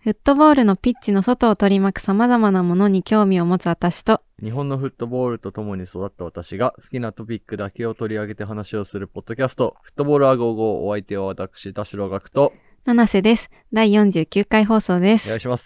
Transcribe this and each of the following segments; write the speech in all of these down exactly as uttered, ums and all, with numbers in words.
フットボールのピッチの外を取り巻く様々なものに興味を持つ私と、 日本のフットボールと共に育った私が好きなトピックだけを取り上げて話をするポッドキャスト、フットボールはごじゅうご。お相手は私、田代学と、 七瀬です。だいよんじゅうきゅうかい放送です。 お願いします。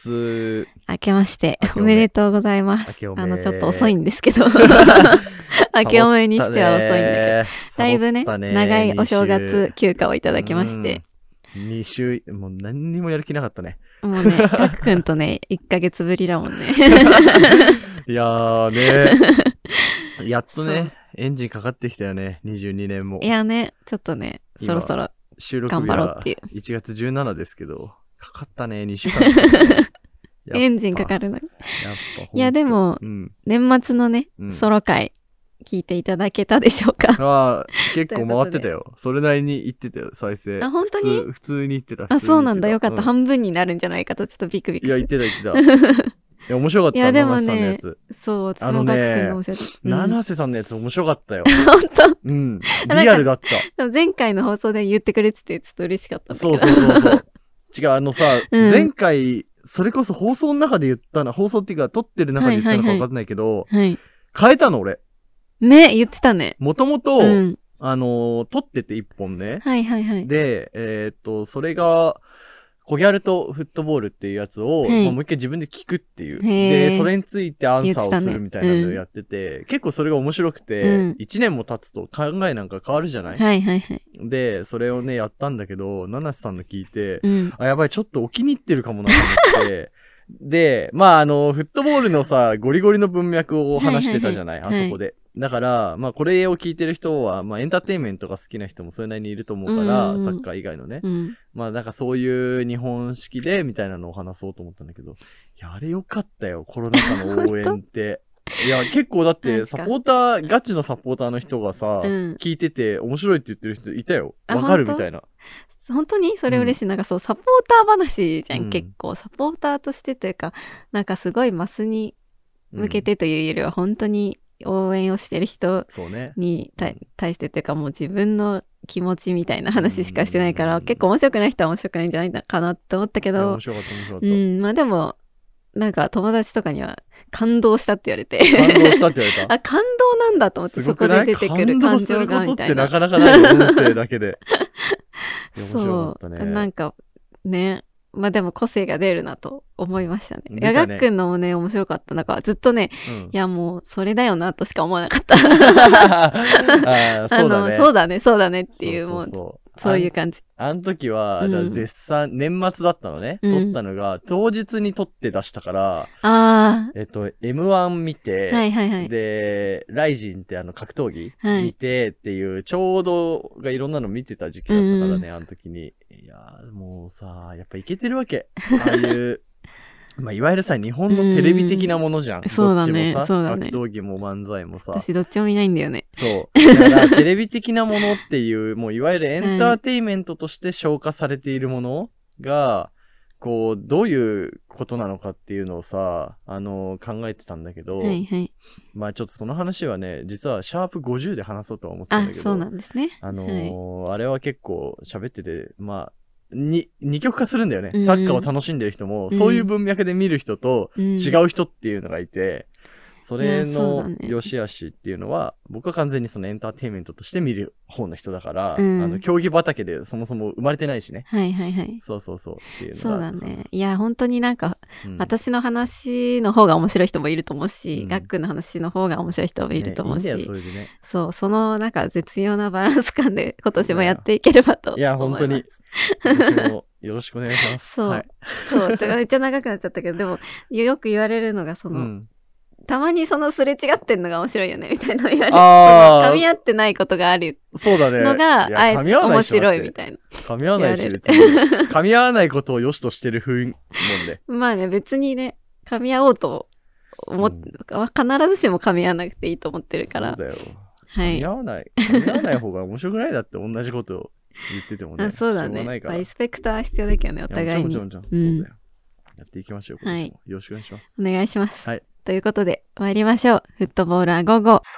明けまして、おめでとうございます。あの、ちょっと遅いんですけど。明けおめにしては遅いんだけど。だいぶね、長いお正月休暇をいただきまして。 に週、もう何にもやる気なかったね。 もうね、ガクくんとね、いっかげつぶりだもんね。 いやーね、やっとね、エンジンかかってきたよね、にじゅうにねんも。 いやね、ちょっとね、そろそろ収録頑張ろうっていう。 いちがつじゅうしちにちですけど、かかったね、にしゅうかんかかったね。 エンジンかかるのに。 やっぱいやでも、うん、年末のね、うん、ソロ回、聞いていただけたでしょうか。 ああ、結構回ってたよ。それなりに言ってたよ、再生。 あ、本当に普通、普通に言ってた。 あ、そうなんだ。よかった、うん。半分になるんじゃないかと、ちょっとビクビクして。 いや、言ってた言ってた。いや、面白かった。 いや、でもね、 そう、私もガク君の面白かった。 七瀬さんのやつ面白かったよ。 本当うん。リアルだった。 前回の放送で言ってくれてて、ちょっと嬉しかったんだけど。 そうそうそうそう。違う、あのさ、うん、前回、それこそ放送の中で言ったな、放送っていうか、撮ってる中で言ったのか分かんないけど、 はいはいはい、 変えたの俺。 ね、言ってたね。 もともと、うん、あのー、撮ってて一本ね。 はいはいはい。 で、えー、っと、それが、コギャルとフットボールっていうやつを、はい、まあ、もう一回自分で聞くっていう。で、それについてアンサーをするみたいなのをやってて、てねうん、結構それが面白くて、うん、いちねんも経つと考えなんか変わるじゃない？ はいはいはい。 で、それをね、やったんだけど、七瀬さんの聞いて、 うん、 あ、やばい、ちょっとお気に入ってるかもなと思って、で、まあ、あの、フットボールのさ、ゴリゴリの文脈を話してたじゃない、はいはいはい、あそこで。はいだから、まあ、これを聞いてる人は、まあ、エンターテインメントが好きな人もそれなりにいると思うから、うん、サッカー以外のね。 うん、 まあ、なんかそういう日本式で、みたいなのを話そうと思ったんだけど、いや、あれよかったよ、コロナ禍の応援って。いや、結構だって、サポーター、ガチのサポーターの人がさ、うん、聞いてて、面白いって言ってる人いたよ。わかるみたいな。 本当にそれ嬉しい、うん、なんかそう、サポーター話じゃん、うん、結構。サポーターとしてというか、なんかすごいマスに向けてというよりは、本当に、応援をしてる人に対、ね、対してというかもう自分の気持ちみたいな話しかしてないから、結構面白くない人は面白くないんじゃないかなって思ったけど、 面白かった面白かった。 うん、まあでも、なんか友達とかには感動したって言われて。 感動したって言われたあ、感動なんだと思って、そこで出てくる感情がみたいな。 感動することってなかなかないよ、音声だけで。 そう、ね、なんかね、まあでも個性が出るなと思いましたね。やがっくんのもね、面白かった。なんかずっとね、うん、いやもうそれだよなとしか思わなかった。 あそうだね。 あの、そうだね、そうだねっていう、そうそうそうもう、そういう感じ。 あの時は、うん、絶賛、年末だったのね。うん、撮ったのが、当日に撮って出したから、 ああ。 えっと、エムワン 見て、 はいはいはい。 で、ライジンってあの格闘技、 はい、 見てっていう、ちょうどがいろんなの見てた時期だったからね、うん、あの時に。いやー、もうさ、やっぱいけてるわけ。ああいう、まあ、いわゆるさ、日本のテレビ的なものじゃん。 そうだね。 どっちもさ、 そうだね。 格闘技も漫才もさ。 私どっちも見ないんだよね。 そう。だからテレビ的なものっていう、もういわゆるエンターテインメントとして消化されているものが、こう、どういうことなのかっていうのをさ、あの、考えてたんだけど、 はいはい。 まあちょっとその話はね、実はシャープごじゅうで話そうとは思ってたんだけど、 あ、そうなんですね。 あのーはい、あれは結構喋ってて、まあ、に、二極化するんだよね。うん、サッカーを楽しんでる人も、うん、そういう文脈で見る人と違う人っていうのがいて、それの良し悪しっていうのは、僕は完全にそのエンターテインメントとして見る方の人だから、うん、あの、競技畑でそもそも生まれてないしね。 はいはいはい。 そうそうそうっていうのが。 そうだね。いや、本当になんか、うん、私の話の方が面白い人もいると思うし、うん、ガックの話の方が面白い人もいると思うし。 ね、いいんだよ、それでね。 そう、そのなんか絶妙なバランス感で今年もやっていければと思います。 いや、本当に。私もよろしくお願いします。 そう。 はい、 そう。めっちゃ長くなっちゃったけど、でも、よく言われるのが、その、うん、たまにそのすれ違ってんのが面白いよね、みたいなの言われる。噛み合ってないことがあるそうだね。 のが、あえて面白いみたいな。 噛み合わないし、別に。噛み合わないことを良しとしてる風もんで。 まあね、別にね、噛み合おうと思っ、うん、必ずしも噛み合わなくていいと思ってるから。 そうだよ。 はい。 噛み合わない。噛み合わない方が面白くないだって同じことを言っててもね。 あ、そうだね。まあ、リスペクトは必要だけどね、お互いに。 もちろんもちろんもちろん。うん、そうだよ。やっていきましょう。今年も、はい。よろしくお願いします。 お願いします。 はい。 ということで、参りましょう。フットボールは午後。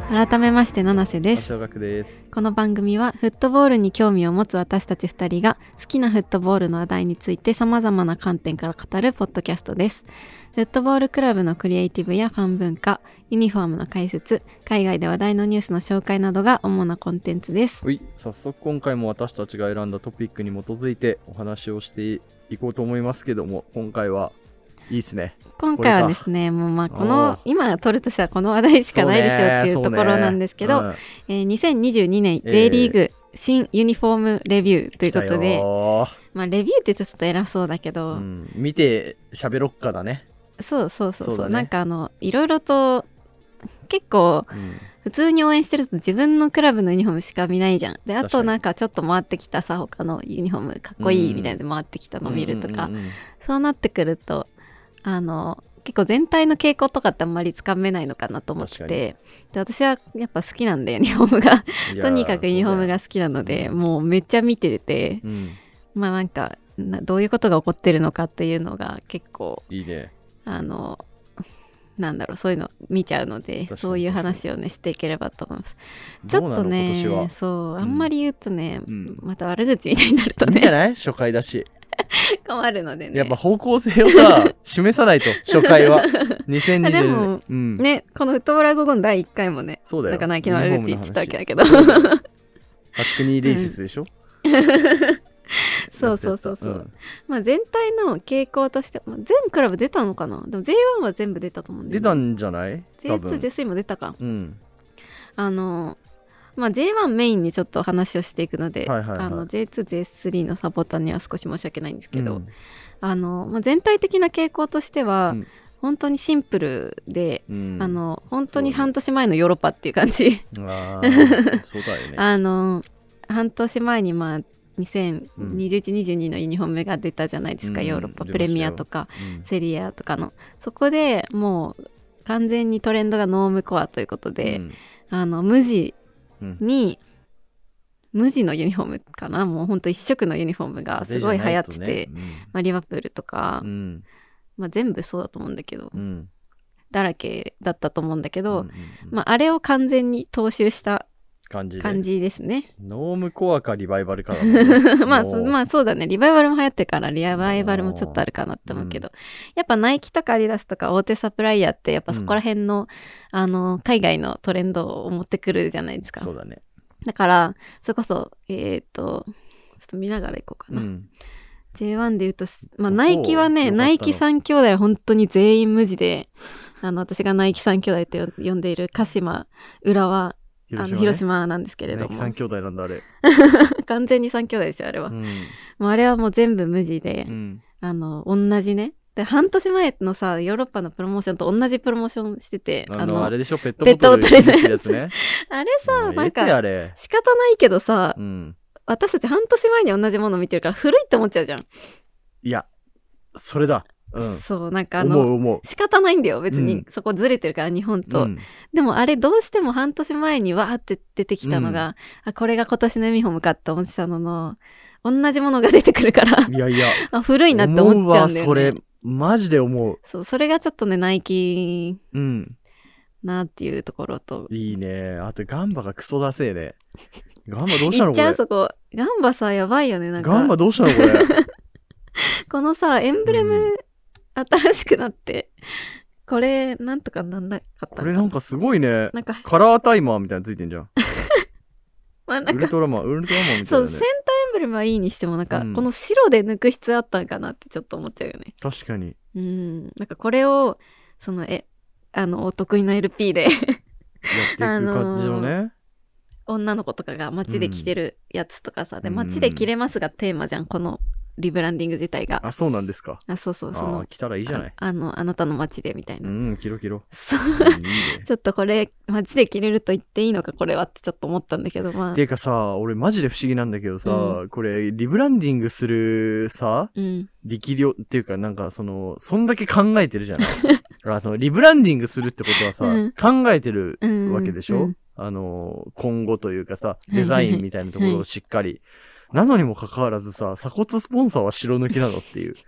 改めまして七瀬です。 小学です。 この番組はフットボールに興味を持つ私たちふたりが好きなフットボールの話題について様々な観点から語るポッドキャストです。フットボールクラブのクリエイティブやファン文化、ユニフォームの解説、海外で話題のニュースの紹介などが主なコンテンツです。 はい、早速今回も私たちが選んだトピックに基づいてお話をしていこうと思いますけども、今回はいいですね。 今回はですね、もうまあこの今撮るとしたらこの話題しかないでしょっていうところなんですけど、ねうんえー、にせんにじゅうにねん J リーグ新ユニフォームレビューということで、まあレビューって言うとちょっと偉そうだけど、うん、 見て喋ろっかだね。 そうそうそうそう、そう、ね、なんかあのいろいろと結構、うん、普通に応援してると自分のクラブのユニフォームしか見ないじゃん。であとなんかちょっと回ってきたさ他のユニフォームかっこいいみたいなで回ってきたのを見るとか、うんうんうんうん、そうなってくるとあの結構全体の傾向とかってあんまりつかめないのかなと思ってて、で私はやっぱ好きなんでユニフォームがとにかくユニフォームが好きなので、うん、もうめっちゃ見てて、うん、まあなんかなどういうことが起こってるのかっていうのが結構いいね。 あのなんだろうそういうの見ちゃうので、そういう話をねしていければと思います。ちょっとねそうあんまり言うとね、うん、また悪口みたいになるとねいいんじゃない初回だし困るのでね。 やっぱ方向性をさ示さないと初回はにせんにじゅうねんでも、 うん、ねこのフットボールゴゴのだいいっかいもねそうだよなんかナイキの悪口言ってたわけだけどバックニーレイシスでしょ、うん、 そうそうそうそう、うん、まあ全体の傾向として全クラブ出たのかな。でも ジェイワン は全部出たと思うんだよね。 出たんじゃない？ ジェイツー、ジェイスリー も出たか。 うん、 あのまあ ジェイワン メインにちょっと話をしていくので、 はいはいはい、 あの ジェイツー、ジェイスリー のサポーターには少し申し訳ないんですけど、うん、あのまあ、全体的な傾向としては、うん、本当にシンプルで、うん、あの本当に半年前のヨーロッパっていう感じ。 あそうだよね。 あの半年前にまあにせんにじゅういち、にじゅうにのユニフォームが出たじゃないですか、うん、ヨーロッパプレミアとか、うん、セリアとかのそこでもう完全にトレンドがノームコアということで、うん、あの無地に、うん、無地のユニフォームかなもうほんと一色のユニフォームがすごい流行ってて、ねうんまあ、リバプールとか、うんまあ、全部そうだと思うんだけど、うん、だらけだったと思うんだけど、うんうんうんまあ、あれを完全に踏襲した感じ, 感じですね。 ノームコアかリバイバルかだねまあ、まあそうだねリバイバルも流行ってるからリバイバルもちょっとあるかなって思うけど、うん、やっぱナイキとかアディダスとか大手サプライヤーってやっぱそこら辺の、うん、あの海外のトレンドを持ってくるじゃないですか。 そうだね。 だからそれこそえっ、ー、とちょっと見ながらいこうかな、うん、ジェイワン で言うと、まあ、ナイキはねナイキさん兄弟は本当に全員無地であの私がナイキさん兄弟って呼んでいる鹿島浦和広島、ね、あの広島なんですけれども。 さん兄弟なんだあれ。 完全にさん兄弟ですよあれは、うん。もうあれはもう全部無地で、うん、あの同じね。で半年前のさヨーロッパのプロモーションと同じプロモーションしてて、 あのあのあれでしょペットボトルのやつね。 あれさなんか仕方ないけどさ、うん、私たち半年前に同じもの見てるから古いって思っちゃうじゃん。 いやそれだ。うん、 そうなんかあの思う思う仕方ないんだよ別に、うん、そこずれてるから日本と、うん、でもあれどうしても半年前にわーって出てきたのが、うん、あこれが今年のユニフォームかって思ってたのの同じものが出てくるからいやいやあ古いなって思っちゃうんだよね。 それマジで思う。 そうそれがちょっとねナイキうんなっていうところといいね。あとガンバがクソだせえね。ガンバどうしたのこれ。 いっちゃうそこガンバさやばいよねなんか。 ガンバどうしたのこれこのさエンブレム、うん新しくなってこれなんとかなんなかったのかな。 これなんかすごいねなんかカラータイマーみたいなのついてんじゃんまあなんかウルトラマンウルトラマンみたいな、ね、 そうセンターエンブレムはいいにしてもなんか、うん、この白で抜く必要あったんかなってちょっと思っちゃうよね。 確かにうんなんかこれをそのえあのお得意の エルピー でやっていく感じのね、あのー、 女の子とかが街で着てるやつとかさ、うん、で街で着れますがテーマじゃんこのリブランディング自体が。 あ、そうなんですか。 あ、そうそうその。 あ、来たらいいじゃない。 あ, あのあなたの街でみたいな。 うん、キロキロ。 そう。いいね、ちょっとこれ街で着れると言っていいのかこれはってちょっと思ったんだけどまあ。 ていうかさ、俺マジで不思議なんだけどさ、うん、これリブランディングするさ、うん、力量っていうかなんかそのそんだけ考えてるじゃない。あのリブランディングするってことはさ、うん、考えてるわけでしょ。うんうん、あの今後というかさ、デザインみたいなところをしっかり。なのにもかかわらずさ、鎖骨スポンサーは白抜きなのっていう。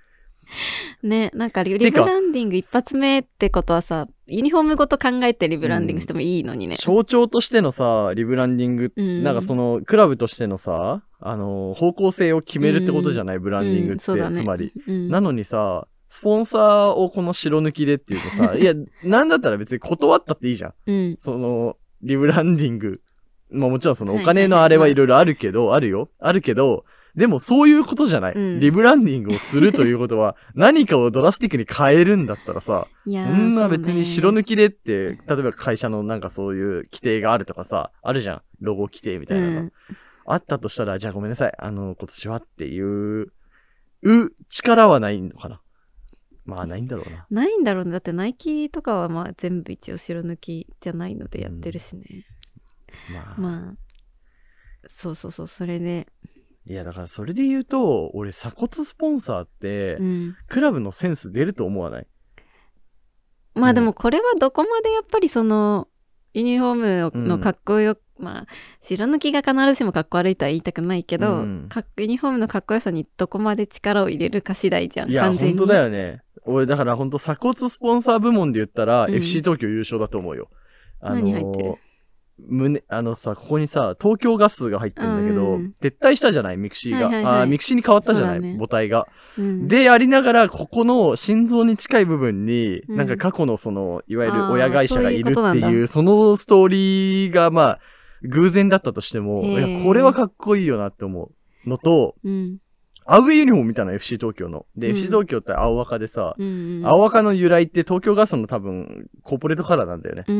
ね、なんかリブランディング一発目ってことはさ、ユニフォームごと考えてリブランディングしてもいいのにね。 うん、象徴としてのさ、リブランディング、うん、なんかその、クラブとしてのさ、あの、方向性を決めるってことじゃない、うん、ブランディングって、うんね、つまり、うん。なのにさ、スポンサーをこの白抜きでっていうとさ、いや、なんだったら別に断ったっていいじゃん。うん、その、リブランディング。まあもちろんそのお金のあれはいろいろあるけど、はいはいはい、あるよ。あるけど、でもそういうことじゃない、うん。リブランディングをするということは、何かをドラスティックに変えるんだったらさ、そんな別に白抜きでって、例えば会社のなんかそういう規定があるとかさ、あるじゃん。ロゴ規定みたいなのが。うん、あったとしたら、じゃあごめんなさい。あの、今年はっていう、う、力はないのかな。まあないんだろうな。 ないんだろうね。だってナイキとかはまあ全部一応白抜きじゃないのでやってるしね。うん、まあ。まあ。そうそうそう、それで。 いやだからそれで言うと、俺鎖骨スポンサーって、うん、クラブのセンス出ると思わない？ まあでもこれはどこまでやっぱりその、ユニフォームのかっこよく、うん、まあ、白抜きが必ずしもかっこ悪いとは言いたくないけど、うん、ユニフォームのかっこよさにどこまで力を入れるか次第じゃん、 いや、完全に。いや、本当だよね。俺、だから本当鎖骨スポンサー部門で言ったら、うん、エフシー 東京優勝だと思うよ。 あのー、何入ってる？ 胸、あのさ、ここにさ、東京ガスが入ってるんだけど、うん、撤退したじゃないミクシーが。はいはいはい、あミクシーに変わったじゃない、ね、母体が、うん。で、ありながら、ここの心臓に近い部分に、うん、なんか過去のその、いわゆる親会社がいるっていう、ううそのストーリーが、まあ、偶然だったとしても、いや、これはかっこいいよなって思うのと、うん、アウェイユニフォーム見たの エフシー 東京の。で、うん、エフシー 東京って青赤でさ、うんうん、青赤の由来って東京ガスの多分、コーポレートカラーなんだよね。うん、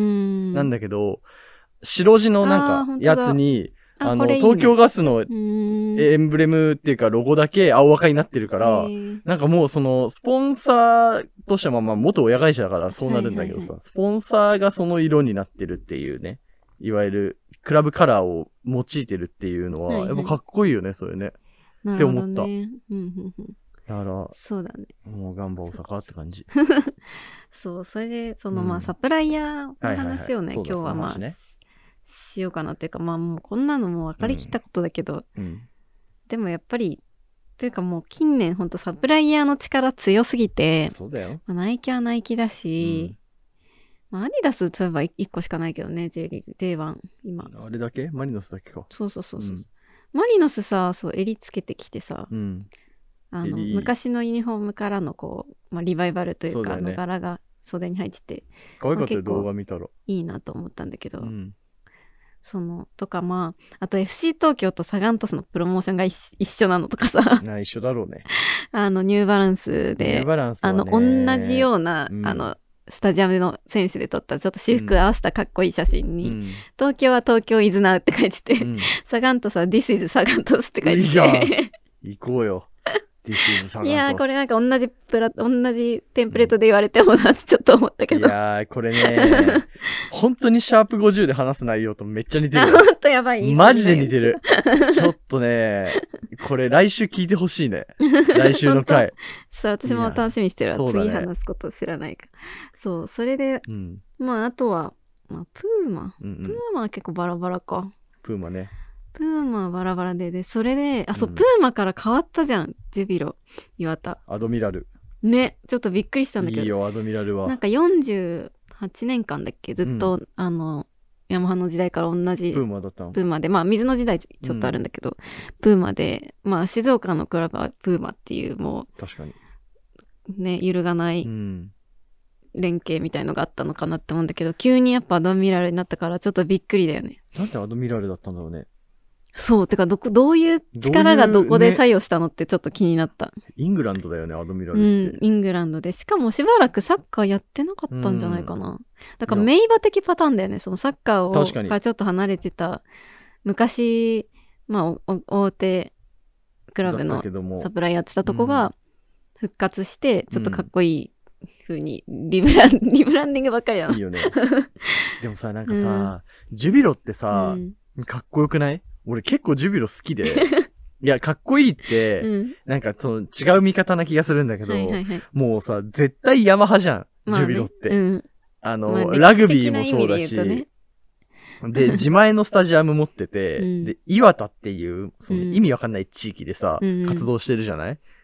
なんだけど、白地のなんか、やつに、あ, あの、いいね、東京ガスのエンブレムっていうかロゴだけ青赤になってるから、なんかもうその、スポンサーとしてはまあ元親会社だからそうなるんだけどさ、はいはいはい、スポンサーがその色になってるっていうね、いわゆるクラブカラーを用いてるっていうのは、はいはい、やっぱかっこいいよね、それね。 なるほどね、って思った。うんうんうん、 だから、 そうだね。 もうガンバ大阪って感じ。 そう、それで、そのまあ、うん、サプライヤーの話をね、はいはいはい、今日はまあ、ね、しようかなっていうか、まあもうこんなのも分かりきったことだけど、うん、でもやっぱり、というかもう近年ほんとサプライヤーの力強すぎて、 そうだよ。 まあ、ナイキはナイキだし、うん、まあアディダスといえばいっこしかないけどね、J リーグ、ジェイワン、今。 あれだけマリノスだけか。 そうそうそうそう、うん。マリノスさ、そう、襟つけてきてさ、うん、あの昔のユニフォームからのこう、まあ、リバイバルというか、う、ね、あの柄が袖に入ってて、 可愛かったよ、動画見たら。 いいなと思ったんだけど、うん、そのとかまああと エフシー 東京とサガン鳥栖のプロモーションが一緒なのとかさな一緒だろうね。 あのニューバランスで、 ニューバランスはね、 あの同じような、うん、あのスタジアムの選手で撮ったちょっと私服合わせたかっこいい写真に、うん、東京は東京イズナウって書いてて、うん、サガン鳥栖は This is サガン鳥栖って書いてて、いいじゃん行こうよ。 いやーこれなんか同じプラ同じテンプレートで言われてもなってちょっと思ったけど、 いやーこれね本当にシャープごじゅうで話す内容とめっちゃ似てる。 ほんとやばい。 マジで似てる。ちょっとねこれ来週聞いてほしいね。来週の回。 そう私も楽しみにしてるわ、ね、次話すこと知らないから。そうそれで、うん、まああとは、まあ、プーマ、うんうん、プーマは結構バラバラか。 プーマね。 プーマはバラバラで、で、それで、あ、そう、うん、プーマから変わったじゃん、ジュビロ、岩田。 アドミラル。 ね、ちょっとびっくりしたんだけど。 いいよ、アドミラルは。 なんかよんじゅうはちねんかんだっけ、ずっと、うん、あの、ヤマハの時代から同じ。 プーマだったの。 プーマで、まあ、水の時代ちょっとあるんだけど、うん、プーマで、まあ、静岡のクラブはプーマっていう、もう、 確かに。 ね、揺るがない。うん連携みたいのがあったのかなって思うんだけど、急にやっぱアドミラルになったからちょっとびっくりだよね。 なんでアドミラルだったんだろうね。 そう、てかどこ、どういう力がどこで作用したのってちょっと気になった。 ね、イングランドだよね、アドミラルって。 うん、イングランドで。しかもしばらくサッカーやってなかったんじゃないかな。だから名馬的パターンだよね、そのサッカーをからちょっと離れてた、昔、まあ、大手クラブのサプライやってたとこが復活して、ちょっとかっこいい、風にリブランリブランディングばっかりだな。 いいよね。でもさなんかさ、うん、ジュビロってさ、うん、かっこよくない？俺結構ジュビロ好きで、いやかっこいいって、うん、なんかその違う見方な気がするんだけど、はいはいはい、もうさ絶対ヤマハじゃん、まあね、ジュビロって。うん、あの、まあ、ラグビーもそうだし、ね、で自前のスタジアム持ってて、うん、で岩田っていうその意味わかんない地域でさ、うん、活動してるじゃない？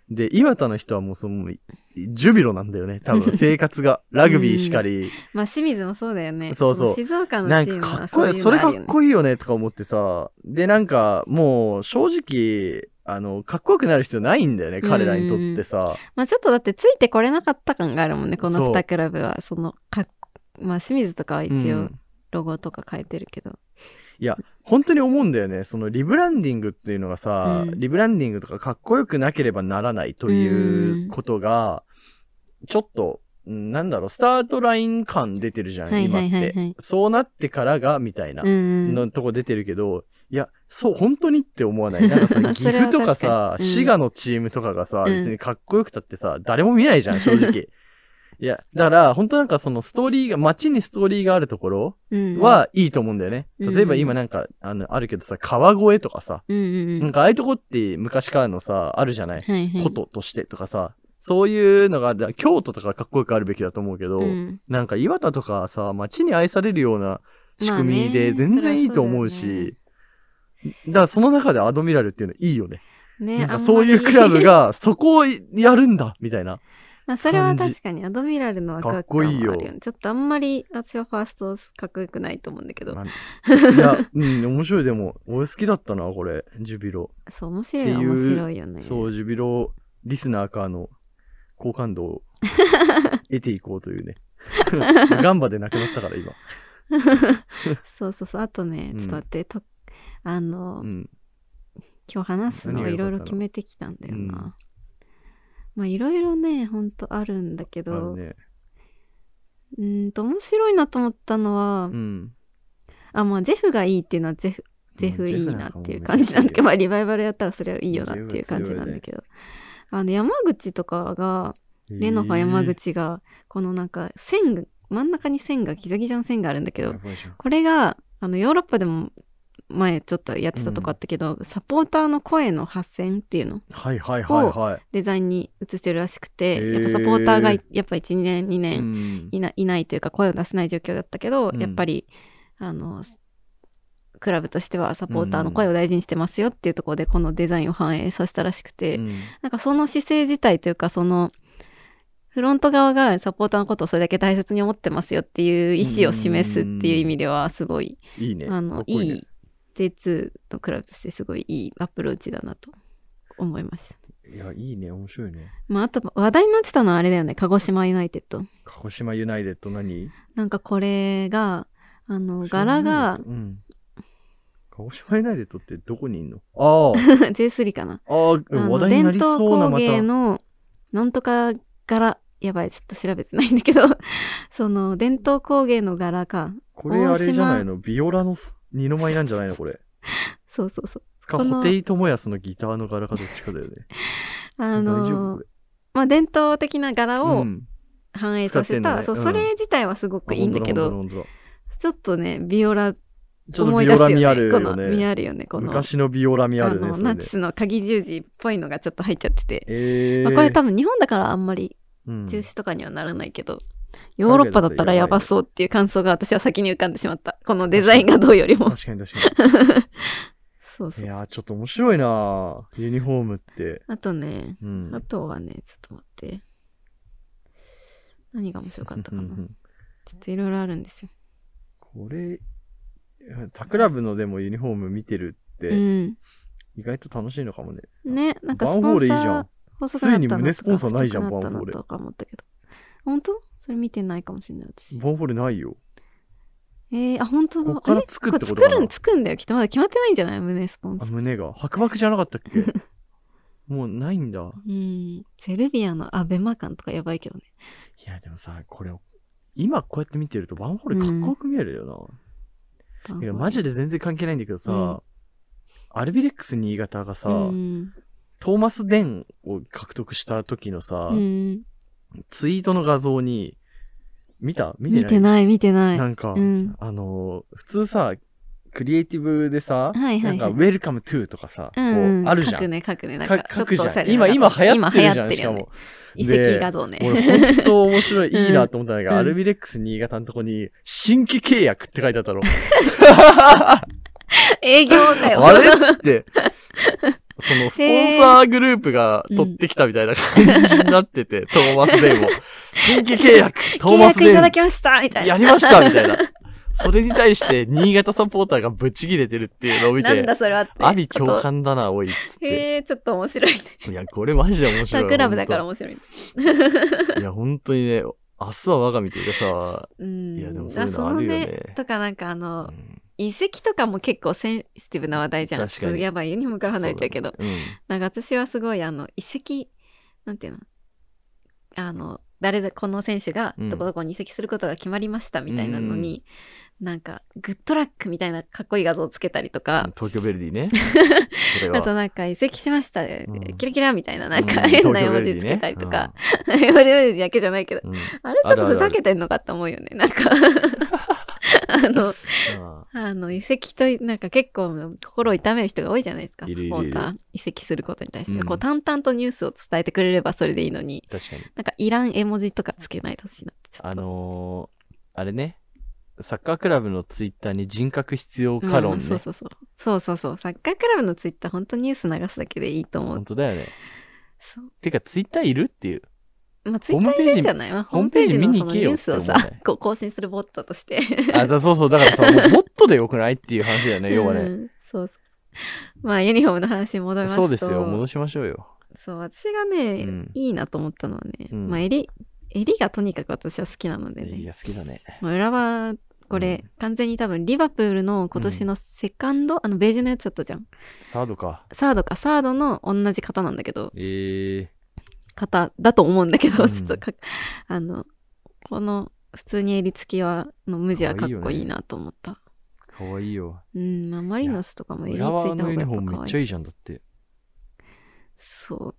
で、岩田の人はもうその、ジュビロなんだよね。多分生活が。ラグビーしかり。 まあ清水もそうだよね。 そうそう。 そ静岡のチームはなんかかっこいい。それかっこいいよねとか思ってさ。で、なんかもう正直、あの、かっこよくなる必要ないんだよね。彼らにとってさ。 まあちょっとだってついてこれなかった感があるもんね。このにクラブは。その、かっまあ清水とかは一応ロゴとか変えてるけど。うん、 いや、本当に思うんだよね。そのリブランディングっていうのがさ、うん、リブランディングとかかっこよくなければならないということが、ちょっと、なんだろう、スタートライン感出てるじゃん、はいはいはいはい、今って。そうなってからが、みたいな、のとこ出てるけど、いや、そう、本当にって思わない。なんかさ、岐阜とかさ、うん、滋賀のチームとかがさ、別にかっこよくたってさ、誰も見ないじゃん、正直。いや、だから、本当なんかそのストーリーが、街にストーリーがあるところはいいと思うんだよね。うん、例えば今なんか、あの、あるけどさ、川越とかさ、うんうん、なんかああいうとこって昔からのさ、あるじゃない、はいはい、こととしてとかさ、そういうのが、京都とかかっこよくあるべきだと思うけど、うん、なんか岩田とかさ、街に愛されるような仕組みで全然いいと思うし、まあね、だからその中でアドミラルっていうのいいよね。ね、なんかそういうクラブがそこをやるんだ、みたいな。 まあそれは確かにアドミラルのワクワク感もあるよね。かっこいいよ。ちょっとあんまり私はファーストかっこよくないと思うんだけど。まあ、いや、うん、面白い。でも、俺好きだったな、これ、ジュビロ。 そう、面白いは面白いよね。 そう、ジュビロリスナーからの好感度を得ていこうというね。ガンバでなくなったから今。 そうそうそう。あとね、ちょっと待って、とあの、うん、今日話すのをいろいろ決めてきたんだよな。うん、まあいろいろね、ほんとあるんだけど、ね、うんと面白いなと思ったのは、うん、あ、まあジェフがいいっていうのはジェフ、ジェフいいなっていう感じなんだけど、まあリバイバルやったらそれはいいよなっていう感じなんだけど、あの山口とかが、レノファ山口が、このなんか線が、真ん中に線が、ギザギザの線があるんだけど、これが、あのヨーロッパでも前ちょっとやってたとこあったけど、うん、サポーターの声の発線っていうのをデザインに移してるらしくて、やっぱサポーターがやっぱいち、にねん、にねんいな、いないというか声を出せない状況だったけど、うん、やっぱり、あの、クラブとしてはサポーターの声を大事にしてますよっていうところでこのデザインを反映させたらしくて、うん、なんかその姿勢自体というかそのフロント側がサポーターのことをそれだけ大切に思ってますよっていう意思を示すっていう意味ではすごい、 いいね。 あの、いいね。ジェイツー のクラブとしてすごいいいアプローチだなと思いました。 いや、いいね。面白いね。 まあ、あと話題になってたのはあれだよね。鹿児島ユナイテッド。 鹿児島ユナイテッド何？ なんかこれが、あの、柄が、うん、 鹿児島ユナイテッドってどこにいんの？ああ。ジェイスリー かな。 ああ、話題になりそうなまた。 伝統工芸の、なんとか柄、やばい、ちょっと調べてないんだけど、その、伝統工芸の柄か。 これあれじゃないの？ビオラの二の舞なんじゃないのこれ。 そうそうそう。 か、布袋寅泰のギターの柄かどっちかだよね。 あのー、大丈夫これ。まあ、伝統的な柄を反映させた、うんね、そう、うん、それ自体はすごくいいんだけど、ちょっとね、ビオラ、 ちょっとビオラ味あるよね。 この味あるよね。この昔のビオラ味あるね。 あの、ナチスの鍵十字っぽいのがちょっと入っちゃってて。えーまあ、これ多分日本だからあんまり中止とかにはならないけど、うん、ヨーロッパだったらやばそうっていう感想が私は先に浮かんでしまった。このデザインがどうよりも。 確かに確かに。 そうそう。 いやーちょっと面白いなユニフォームって。 あとね、うん、あとはね、ちょっと待って。何が面白かったかな。ちょっといろいろあるんですよ。 これ、他クラブのでもユニフォーム見てるって、うん、意外と楽しいのかもね。 ね、なんかスポンサー。 バンホールいいじゃん。ついに胸スポンサーないじゃん、バンホール。 とか思ったけど。本当？それ見てないかもしれない私。 バンホールないよ。 えー、あ、本当だ。 こっからつくってことかな。 作るん、つくんだよ。きっとまだ決まってないんじゃない？胸スポンサー。 あ、胸が。白幕じゃなかったっけ？もうないんだ。 うん。セルビアのアベマ感とかやばいけどね。 いや、でもさ、これ、今こうやって見てるとバンホールかっこよく見えるよな。うん、いや、マジで全然関係ないんだけどさ、うん、アルビレックス新潟がさ、うん、トーマス・デンを獲得した時のさ、うん、ツイートの画像に、見た？見てない？ 見てない、見てない。 なんか、うん、あのー、普通さ、クリエイティブでさ、はいはいはい、なんか、ウェルカムトゥーとかさ、うんうん、こう、あるじゃん。 書くね、書くね。なんか、 書くじゃん。今、今流行ってるじゃん、しかも。 遺跡画像ね。 俺、ほんと面白い、いいなと思ったのが、うん、アルビレックス新潟のとこに、新規契約って書いてあったの。 営業かよ。 あれっつって。 そのスポンサーグループが取ってきたみたいな感じになってて、うん、トーマス・デイも。新規契約トーマス・デイ契約いただきましたみたいな。 やりましたみたいな。それに対して、新潟サポーターがブチ切れてるっていうのを見て、 なんだそれはって。 阿鼻共感だな、おいっつって。 へえ、ちょっと面白いね。 いや、これマジで面白い。 サクラブだから面白い。 いや、本当にね、明日は我が身というかさ、 うん。 いや、でもそういうのあるよね。 そのね、とかなんかあの、 うん、 遺跡とかも結構センシティブな話題じゃん。 確かに。 やばい、ユニフォームから離れちゃうけど。 うね、うん、 なんか私はすごいあの、遺跡、なんていうのあの、誰だ、この選手がどこどこに移籍することが決まりましたみたいなのに、うん、なんか、グッドラックみたいなかっこいい画像をつけたりとか。 東京ヴェルディね。 あとなんか、移籍しました、うん、キラキラみたいな、なんか変な絵文字つけたりとか。ヴェルディだけじゃないけど、うん、あれちょっとふざけてんのかって思うよね。なんかあの、あの、移籍と、なんか結構心を痛める人が多いじゃないですか、サポーター。移籍することに対して、うん。こう、淡々とニュースを伝えてくれればそれでいいのに。 確かに。 なんか、いらん絵文字とかつけないでほしいなって。 あのー、あれね。サッカークラブのツイッターに人格必要か論ね、 うん。そうそうそう。そうそうそう。サッカークラブのツイッター、本当ニュース流すだけでいいと思う。 本当だよね。 そう。 てか、ツイッターいるっていう。 まあ、ツイッターいるんじゃない？ホームページのそのニュースをさ、こう更新するボットとして。 あ、だそうそう。だからさ、もうボットでよくないっていう話だよね、要はね、うん。 そうそう。まあ、ユニフォームの話に戻りますと。 そうですよ。戻しましょうよ。 そう、私がね、うん、いいなと思ったのはね、うん、まあ、襟、襟がとにかく私は好きなのでね。 いや、好きだね。 まあ、裏は、これ、うん、完全に多分、リバプールの今年のセカンド、うん、あの、ベージュのやつだったじゃん。 サードか。 サードか、サードの同じ型なんだけど。 えー。 型だと思うんだけど、うん、ちょっとか、あの、この、普通に襟付きは、の無地はかっこいいなと思った。 かわいいよ。 うん、まあ、マリノスとかも襟付いた方がやっぱかわいい。 裏側のユニフォームめっちゃいいじゃん、だって。 そう。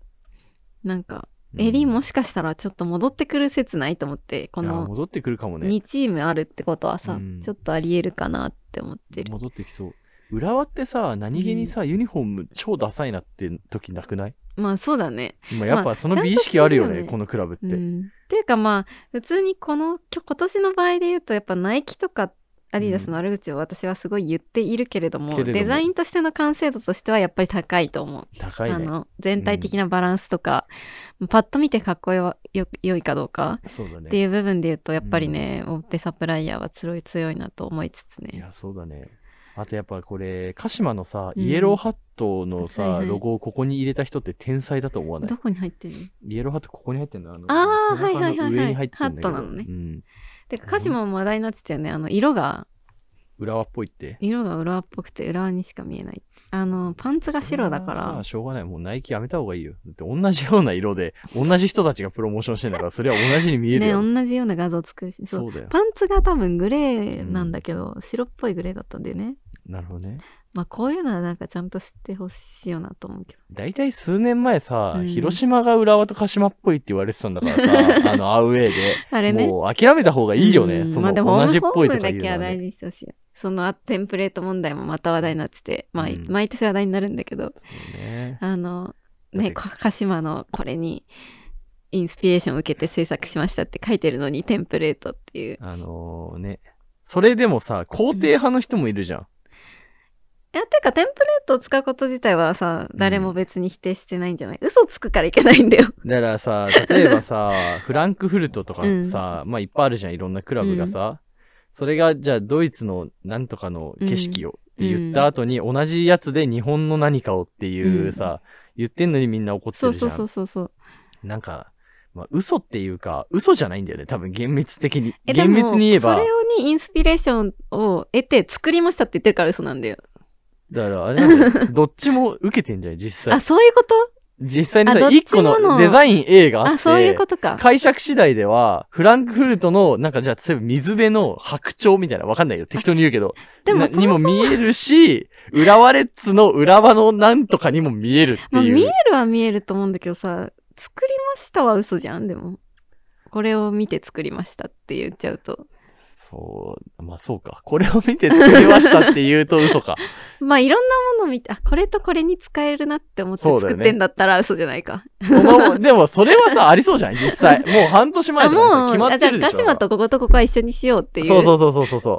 なんか、襟もしかしたらちょっと戻ってくる説ないと思って、この、 戻ってくるかもね。 にチームあるってことはさ、うん、ちょっとあり得るかなって思ってる。 戻ってきそう。浦和ってさ、何気にさ、うん、ユニフォーム超ダサいなって時なくない？ まあそうだね。 まあやっぱその美意識あるよね、まあ、このクラブって。うん、 っていうかまあ、普通にこの、今年の場合で言うと、やっぱナイキとかアディダスの悪口を私はすごい言っているけれども、うん、デザインとしての完成度としてはやっぱり高いと思う。 高いね。 あの、全体的なバランスとか、うん、パッと見てかっこよ、よ、良いかどうか。 そうだね。 っていう部分で言うと、やっぱりね、うん、大手サプライヤーは強い強いなと思いつつね。 いや、そうだね。あとやっぱこれ、鹿島のさ、イエローハットのさ、うんはいはい、ロゴをここに入れた人って天才だと思わない？ どこに入ってるの？ イエローハットここに入ってんの？あの、 あー、はいはいはい、はい。 上に入ってんだけど。 ハットなのね。うん。てか、鹿島も話題になってたよね。あの、色が。 浦和っぽいって。 色が浦和っぽくて、浦和にしか見えない。あの、パンツが白だから。 さあ、しょうがない。もうナイキやめた方がいいよ。だって同じような色で、同じ人たちがプロモーションしてんだから、それは同じに見えるよ。 ね、同じような画像作るし。そう。そうだよ。パンツが多分グレーなんだけど、うん、白っぽいグレーだったんだよね。 なるほどね。 まあこういうのはなんかちゃんと知ってほしいよなと思うけど。 大体数年前さ、うん、広島が浦和と鹿島っぽいって言われてたんだからさ、あのアウェーで。あれね。もう諦めた方がいいよね。うん、その、まあ、でも同じっぽいとかいうのは、ね。ホームだけは大事にしてほしいよ。そのテンプレート問題もまた話題になってて、まあ、うん、毎年話題になるんだけど。 そうね。 あの、ね、鹿島のこれにインスピレーションを受けて制作しましたって書いてるのにテンプレートっていう。 あのー、ね。それでもさ、肯定派の人もいるじゃん。 いや、てか、テンプレートを使うこと自体はさ、誰も別に否定してないんじゃない？うん、嘘つくからいけないんだよ。 だからさ、例えばさ、フランクフルトとかさ、うん、まあいっぱいあるじゃん、いろんなクラブがさ。うん、それが、じゃあドイツのなんとかの景色をって言った後に、同じやつで日本の何かをっていうさ、うん、言ってんのにみんな怒ってるじゃん。 そうそうそうそう。 なんか、まあ、嘘っていうか、嘘じゃないんだよね、多分厳密的に。厳密に言えば。 それにインスピレーションを得て作りましたって言ってるから嘘なんだよ。 だからあれなんだよ。どっちも受けてんじゃん、実際。 あ、そういうこと？ 実際にさ、一個のデザイン A があって、 あ、そういうことか。 解釈次第では、フランクフルトの、なんかじゃあ、例えば水辺の白鳥みたいな、わかんないよ。適当に言うけど。でもそもそもにも見えるし、浦和レッズの浦和のなんとかにも見えるっていう。まあ、 見えるは見えると思うんだけどさ、作りましたは嘘じゃん、でも。これを見て作りましたって言っちゃうと。 そう、まあそうか。これを見て作りましたって言うと嘘か。 まあいろんなものを見て、あ、これとこれに使えるなって思って作ってんだったら嘘じゃないか。 その、でもそれはさ、ありそうじゃん、実際。もう半年前とかさ、決まってるでしょ。 じゃあ鹿島とこことここは一緒にしようっていう。 そうそうそうそうそう。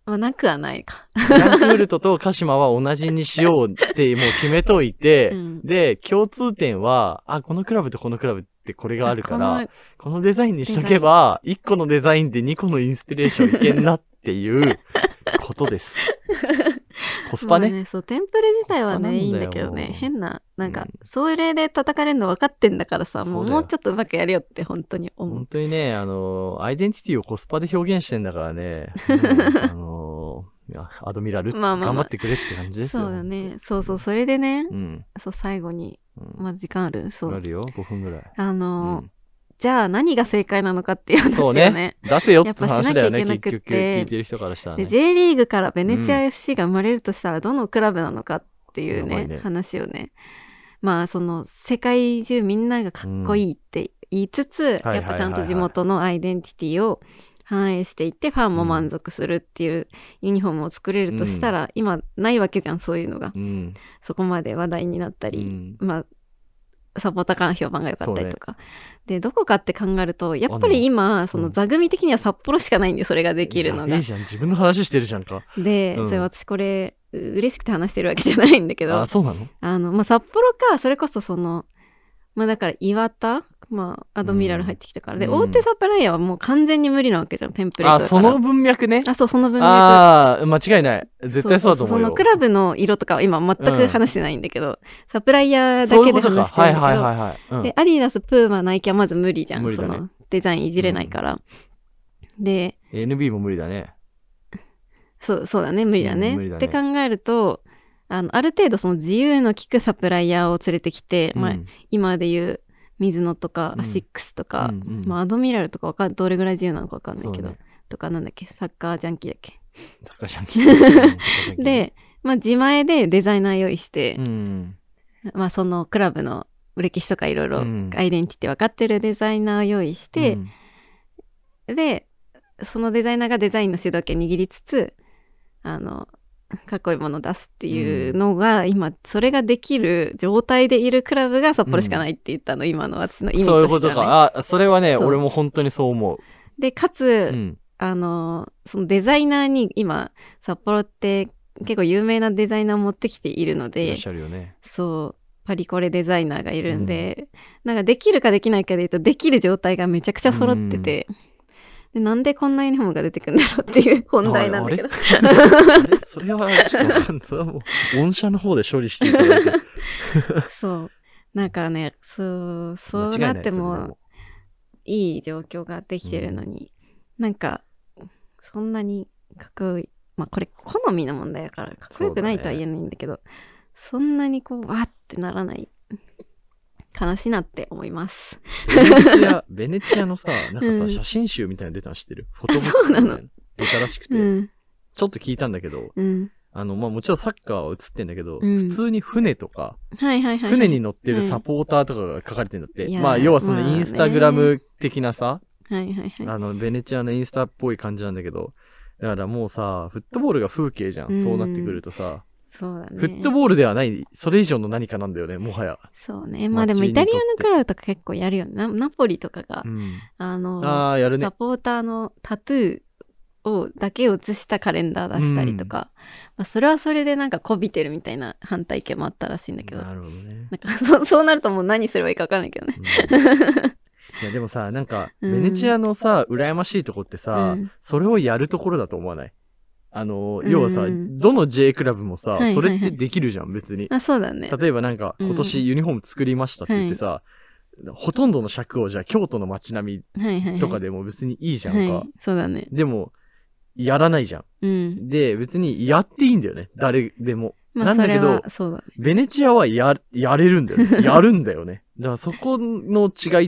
まあ、なくはないか。 フランクフルトと鹿島は同じにしようってもう決めといて、うん、で、共通点は、あ、このクラブとこのクラブってこれがあるから、この、このデザインにしとけば、いっこのデザインでにこのインスピレーションいけんなっていうことです。コスパね。 まあね、そう、テンプレ自体はね、いいんだけどね、変な、なんか、うん、それで叩かれるの分かってんだからさ、もう、もうちょっとうまくやるよって本当に思う。 本当にね、あの、アイデンティティをコスパで表現してんだからね、うん、あの、アドミラル、まあまあまあ、頑張ってくれって感じですよ。 そうだね。そうそう、それでね、うん、そう、最後に、まあ時間ある？そう。 あるよ、ごふんぐらい。 あの、うん、じゃあ何が正解なのかっていう話よね。そうね。 出せよって話だよね、結局聞いてる人からしたらね。 で、J リーグからベネチア エフシー が生まれるとしたらどのクラブなのかっていうね、ね話をね。まあ、その、世界中みんながかっこいいって言いつつ、うん、やっぱちゃんと地元のアイデンティティを反映していって、ファンも満足するっていうユニフォームを作れるとしたら、うん、今ないわけじゃん、そういうのが。うん、そこまで話題になったり、うん、まあ、サポーターからの評判が良かったりとか、ね、でどこかって考えるとやっぱり今その座組的には札幌しかないんで、それができるのがいいじゃん、自分の話してるじゃんか。 で、うん、それ私これ嬉しくて話してるわけじゃないんだけど、 あ、そうなの？ あの、まあ、札幌かそれこそそのまあだから岩田、まあアドミラル入ってきたから、うん、で大手サプライヤーはもう完全に無理なわけじゃん、テンプレートだから。 あ、その文脈ね。 あ、そう、その文脈。 ああ、間違いない。絶対そうだと思うよ。 そうそうそう、そのクラブの色とかは今全く話してないんだけど、うん、サプライヤーだけで話してるんだけど、 はいはいはいはい、うん、 で、アディダス、プーマ、ナイキはまず無理じゃん。ね、そのデザインいじれないから。うん、で、 エヌビー も無理だね。 そう、そうだね、無理だね。うん、無理だねって考えると、あの、ある程度その自由の利くサプライヤーを連れてきて、うん、まあ、今で言う、水野とか、うん、アシックスとか、うんうん、まあ、アドミラルとかわかん、どれぐらい自由なのかわかんないけど、ね、とか、なんだっけ、サッカージャンキーだっけ。 サッカージャンキー。 で、まあ、自前でデザイナー用意して、うん、まあ、そのクラブの歴史とかいろいろアイデンティティ分かってるデザイナーを用意して、うん、で、そのデザイナーがデザインの主導権握りつつ、あの、かっこいいものを出すっていうのが、うん、今、それができる状態でいるクラブが札幌しかないって言ったの、うん、今の私の意味としては、ね。 そういうことか。あ、それはね、俺も本当にそう思う。 で、かつ、うん、あの、そのデザイナーに今、札幌って結構有名なデザイナーを持ってきているので、 いらっしゃるよね。 そう、パリコレデザイナーがいるんで、うん、なんかできるかできないかで言うと、できる状態がめちゃくちゃ揃ってて、うんでなんでこんなユニフォームが出てくるんだろうっていう本題なんだけど。 あれあれそれはちょっとわかんない。それはもう、御社の方で処理していただいて。 そう。なんかね、そう、そうなってもいい状況ができてるのに、うん、なんか、そんなにかっこいい。まあこれ好みの問題だからかっこよくないとは言えないんだけど、そ, ね、そんなにこう、わーってならない。悲しいなって思います。 ベネチア、ベネチアのさ、なんかさ、うん、写真集みたいなの出たの知ってる？フォトブックそうなの。 出たらしくて、うん、ちょっと聞いたんだけど、うん、あの、まあ、もちろんサッカーは映ってんだけど、うん、普通に船とか、 はいはいはいはい、 船に乗ってるサポーターとかが書かれてるんだって。まあ、要はそのインスタグラム的なさ、 まあはいはいはい、 あの、ベネチアのインスタっぽい感じなんだけど、だからもうさ、フットボールが風景じゃん。うん、そうなってくるとさ、 そうだね。 フットボールではない、それ以上の何かなんだよね、もはや。 そうね。まあでもイタリアのクラブとか結構やるよね。ナ, ナポリとかが、うん、あのあやる、ね、 サポーターのタトゥーをだけを写したカレンダー出したりとか、うんまあ、それはそれでなんかこびてるみたいな反対意見もあったらしいんだけど。 なるほどね。 なんか そ, そうなるともう何すればいいか分かんないけどね。 うんいやでもさ、なんか、ベネチアのさ、羨ましいとこってさ、うん、それをやるところだと思わない？あの、要はさ、うん、どの J クラブもさ、はいはいはい、それってできるじゃん、別に。 あ、そうだね。 例えばなんか、今年ユニフォーム作りましたって言ってさ、うんはい、ほとんどの尺をじゃあ京都の街並みとかでも別にいいじゃんか。はいはいはい、 そうだね。 でも、やらないじゃん。 うん、で、 別にやっていいんだよね、誰でも。 まあ、 なんだけど、 そうだね、 ベネチアはや、やれるんだよね。やるんだよね。だからそこの違いって、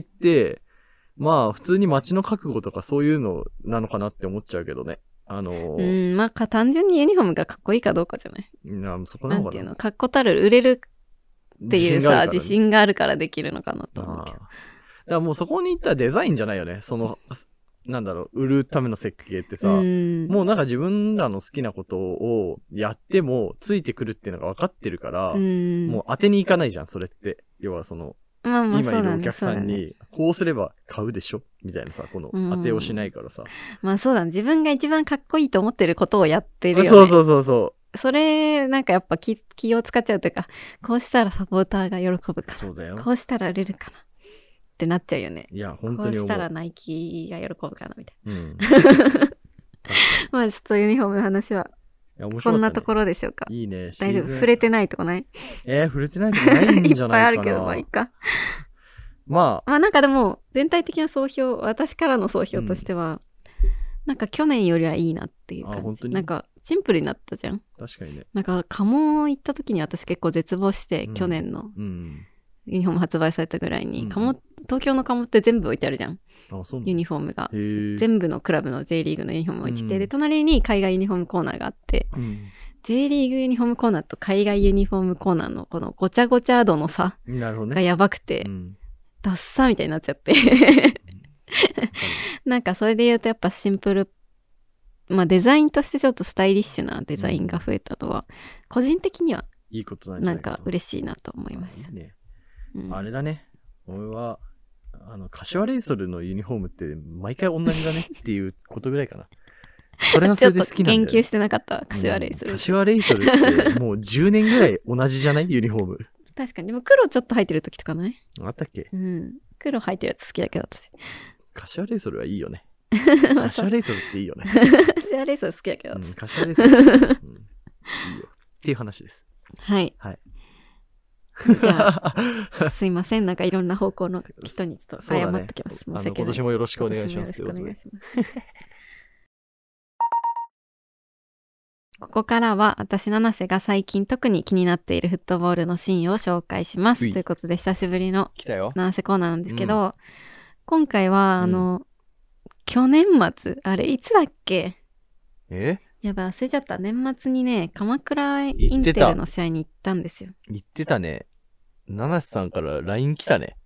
まあ普通に街の覚悟とかそういうのなのかなって思っちゃうけどね。あのー、うん、まあ単純にユニフォームがかっこいいかどうかじゃない。 いや、そこなのかな。 なんていうの、かっこたる売れるっていうさ、自信があるからできるのかなと思うけど。だからもうそこに行ったらデザインじゃないよね。その、なんだろう、売るための設計ってさ、うん、もうなんか自分らの好きなことをやってもついてくるっていうのが分かってるから、うん、もう当てに行かないじゃん、それって。要はその、 まあまあ今いるお客さんに、こうすれば買うでしょみたいなさ、この当てをしないからさ。うん、 まあそうだね。自分が一番かっこいいと思ってることをやってるよね。 そうそうそうそう。 それ、なんかやっぱ 気, 気を使っちゃうというか、こうしたらサポーターが喜ぶかな。 そうだよ。 こうしたら売れるかな。ってなっちゃうよね。 いや、本当に思う。 こうしたらナイキが喜ぶかな、みたいな。 うん。 まあちょっとユニフォームの話は、 いや面白かったね、 こんなところでしょうか。 いいね。 大丈夫。触れてないとこない？ えー、触れてないとこないんじゃないかな。 いっぱいあるけど、まあいいか。 まあ。 まあなんかでも、全体的な総評、私からの総評としては、うん、なんか去年よりはいいなっていう感じ。あ、本当に？なんかシンプルになったじゃん。 確かにね。 なんか、カモ行った時に私結構絶望して、うん、去年のユニフォーム発売されたぐらいに、うん、カモ、東京のカモって全部置いてあるじゃん。 あ、そうユニフォームが。全部のクラブの J リーグのユニフォーム置いてて、うん、で、隣に海外ユニフォームコーナーがあって、うん、J リーグユニフォームコーナーと海外ユニフォームコーナーのこのごちゃごちゃ度の差がやばくて、ね、うん、ダッサーみたいになっちゃってなんかそれで言うとやっぱシンプル、まあデザインとしてちょっとスタイリッシュなデザインが増えたのは、個人的にはいいことなんじゃないかな。なんか嬉しいなと思います。 いいね、うん、あれだね。俺はあの柏レイソルのユニフォームって毎回同じだねっていうことぐらいかな。それがそれで好きなんだよ、ね。 ちょっと研究してなかった柏レイソル、うん。 柏レイソルってもうじゅうねんぐらい同じじゃないユニフォーム。 確かに。でも黒ちょっと入ってる時とかない？ あったっけ？ うん。黒入ってるやつ好きだけど私。 柏レイソルはいいよね。柏レイソルっていいよね。 柏レイソル好きだけど私。 うん、柏レイソル、うん、いいよ。っていう話です。 はい。 はい。 じゃあ、すいません。なんかいろんな方向の人にちょっと謝ってきます。 ね、申し訳ない。今年もよろしくお願いします。 よろしくお願いします。ここからは私七瀬が最近特に気になっているフットボールのシーンを紹介します。ということで久しぶりの七瀬コーナーなんですけど、うん、今回はあの、うん、去年末、あれいつだっけ？ え？ やばい、忘れちゃった。年末にね、鎌倉インテルの試合に行ったんですよ。 言ってたね。七瀬さんから ライン 来たね。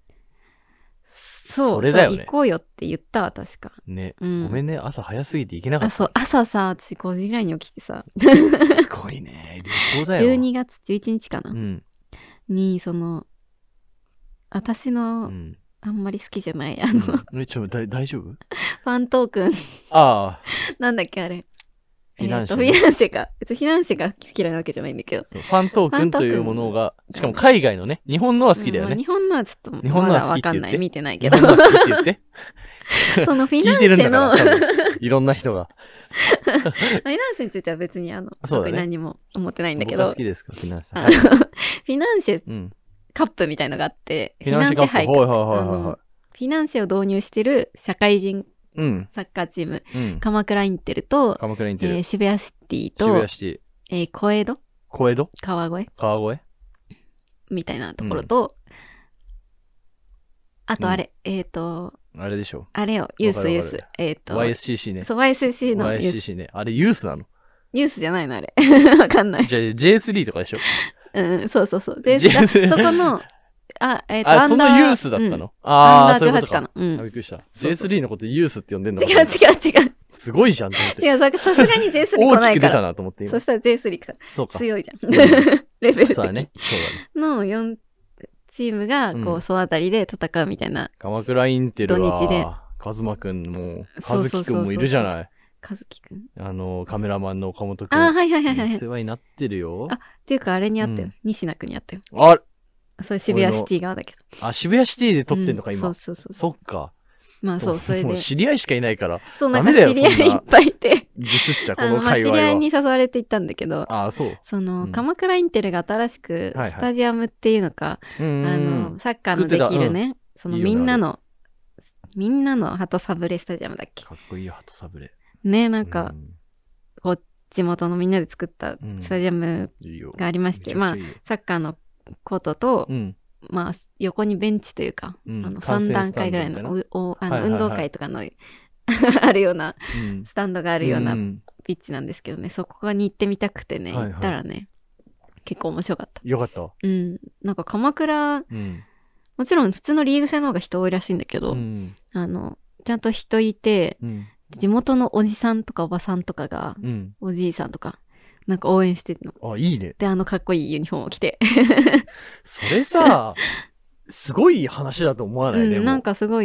そう、それだよね。そう、行こうよって言ったわ、確か。 ね、うん。ごめんね、朝早すぎて行けなかった。 あ、そう、朝さ、私ごじぐらいに起きてさ。 すごいね、旅行だよ。 じゅうにがつじゅういちにちかな。うん、に、その、私の、うん、あんまり好きじゃない、あの、 うん、ちょ、だ大丈夫？ファントークン。 ああ。 なんだっけ、あれ。 フィナンシェ、 えー、フィナンシェか。別にフィナンシェが好きなわけじゃないんだけど。 そう、ファントークンというものが、しかも海外のね、日本のは好きだよね。 うん、日本のはちょっと、 日本のは好きって言って。まだわかんない。見てないけど。 日本のは好きって言って。 そのフィナンシェのいろんな人が。 フィナンシェについては別にあの、特に何も思ってないんだけど。 僕は好きですか、フィナンシェ。 フィナンシェカップみたいのがあって、 フィナンシェカップ、はいはいはいはい。 フィナンシェを導入してる社会人うん、 サッカーチーム、うん、鎌倉インテルと、 鎌倉インテル、 えー、渋谷シティと、 渋谷シティ、 えー、小江戸小江戸川越川越みたいなところと、うん、あとあれ、うん、えっ、ー、と、 あれでしょ。 あれよ、ユースユース。えっ、ー、と、 ワイエスシーシー ね。 そう、ワイエスシーシー の。 ワイエスシーシー ね。あれユースなの？ ユースじゃないのあれ。わかんない。 じゃあ ジェイスリー とかでしょ。 うん、そうそうそう。ジェイスリー。そこの、あ、えっ、ー、と、 あ、そのユースだったの、うん、ああ、そういうことか。 かな。うん。 びっくりした。ジェイスリー のことユースって呼んでんの？ 違う違う違う。 すごいじゃんと思って。 違う、さすがに ジェイスリー 来ないから。 大きく出たなと思って今。 そしたら ジェイスリー か。 そうか。 強いじゃん。レベル的に。 そうだね。そうだね。のよんチームが、こう、うん、総当たりで戦うみたいな。 鎌倉インテルは、土日で。カズマくんも、カズキくんもいるじゃない。 カズキくん。 あの、カメラマンの岡本くん。 あ、はいはいはいはい。 世話になってるよ。 あ、っていうかあれにあったよ。うん、西名くんにあったよ。 あそれ渋谷シティ側だけど。 あ、渋谷シティで撮ってんのか、うん、今。 そうそうそう。 そっか。 まあそう、それで。 もう知り合いしかいないから。 そう、なんか知り合いいっぱいいて。 ディスっちゃ、この界隈は。 まあ知り合いに誘われて行ったんだけど。 ああ、そう。 その、うん、鎌倉インテルが新しく、スタジアムっていうのか、はいはい、あの、サッカーのできるね、うん、そのみんなの、みんなの鳩サブレスタジアムだっけ。 かっこいいよ、鳩サブレ。 ね、なんか、うん、こう、地元のみんなで作ったスタジアムがありまして、うん、いいまあ、サッカーのコートと、うん、まあ、横にベンチというか、うん、あのさん段階ぐらいの、おあの、はいはいはい、運動会とかのあるような、うん、スタンドがあるようなピッチなんですけどね、そこに行ってみたくてね、はいはい、行ったらね、結構面白かった。 よかった。 うん。なんか鎌倉、うん、もちろん普通のリーグ戦の方が人多いらしいんだけど、うん、あの、ちゃんと人いて、うん、地元のおじさんとかおばさんとかが、うん、おじいさんとか、なんか応援してるの。 あ、いいね。 で、あのかっこいいユニフォームを着て。それさ、すごい話だと思わないね、 うん、なんかすごいよね。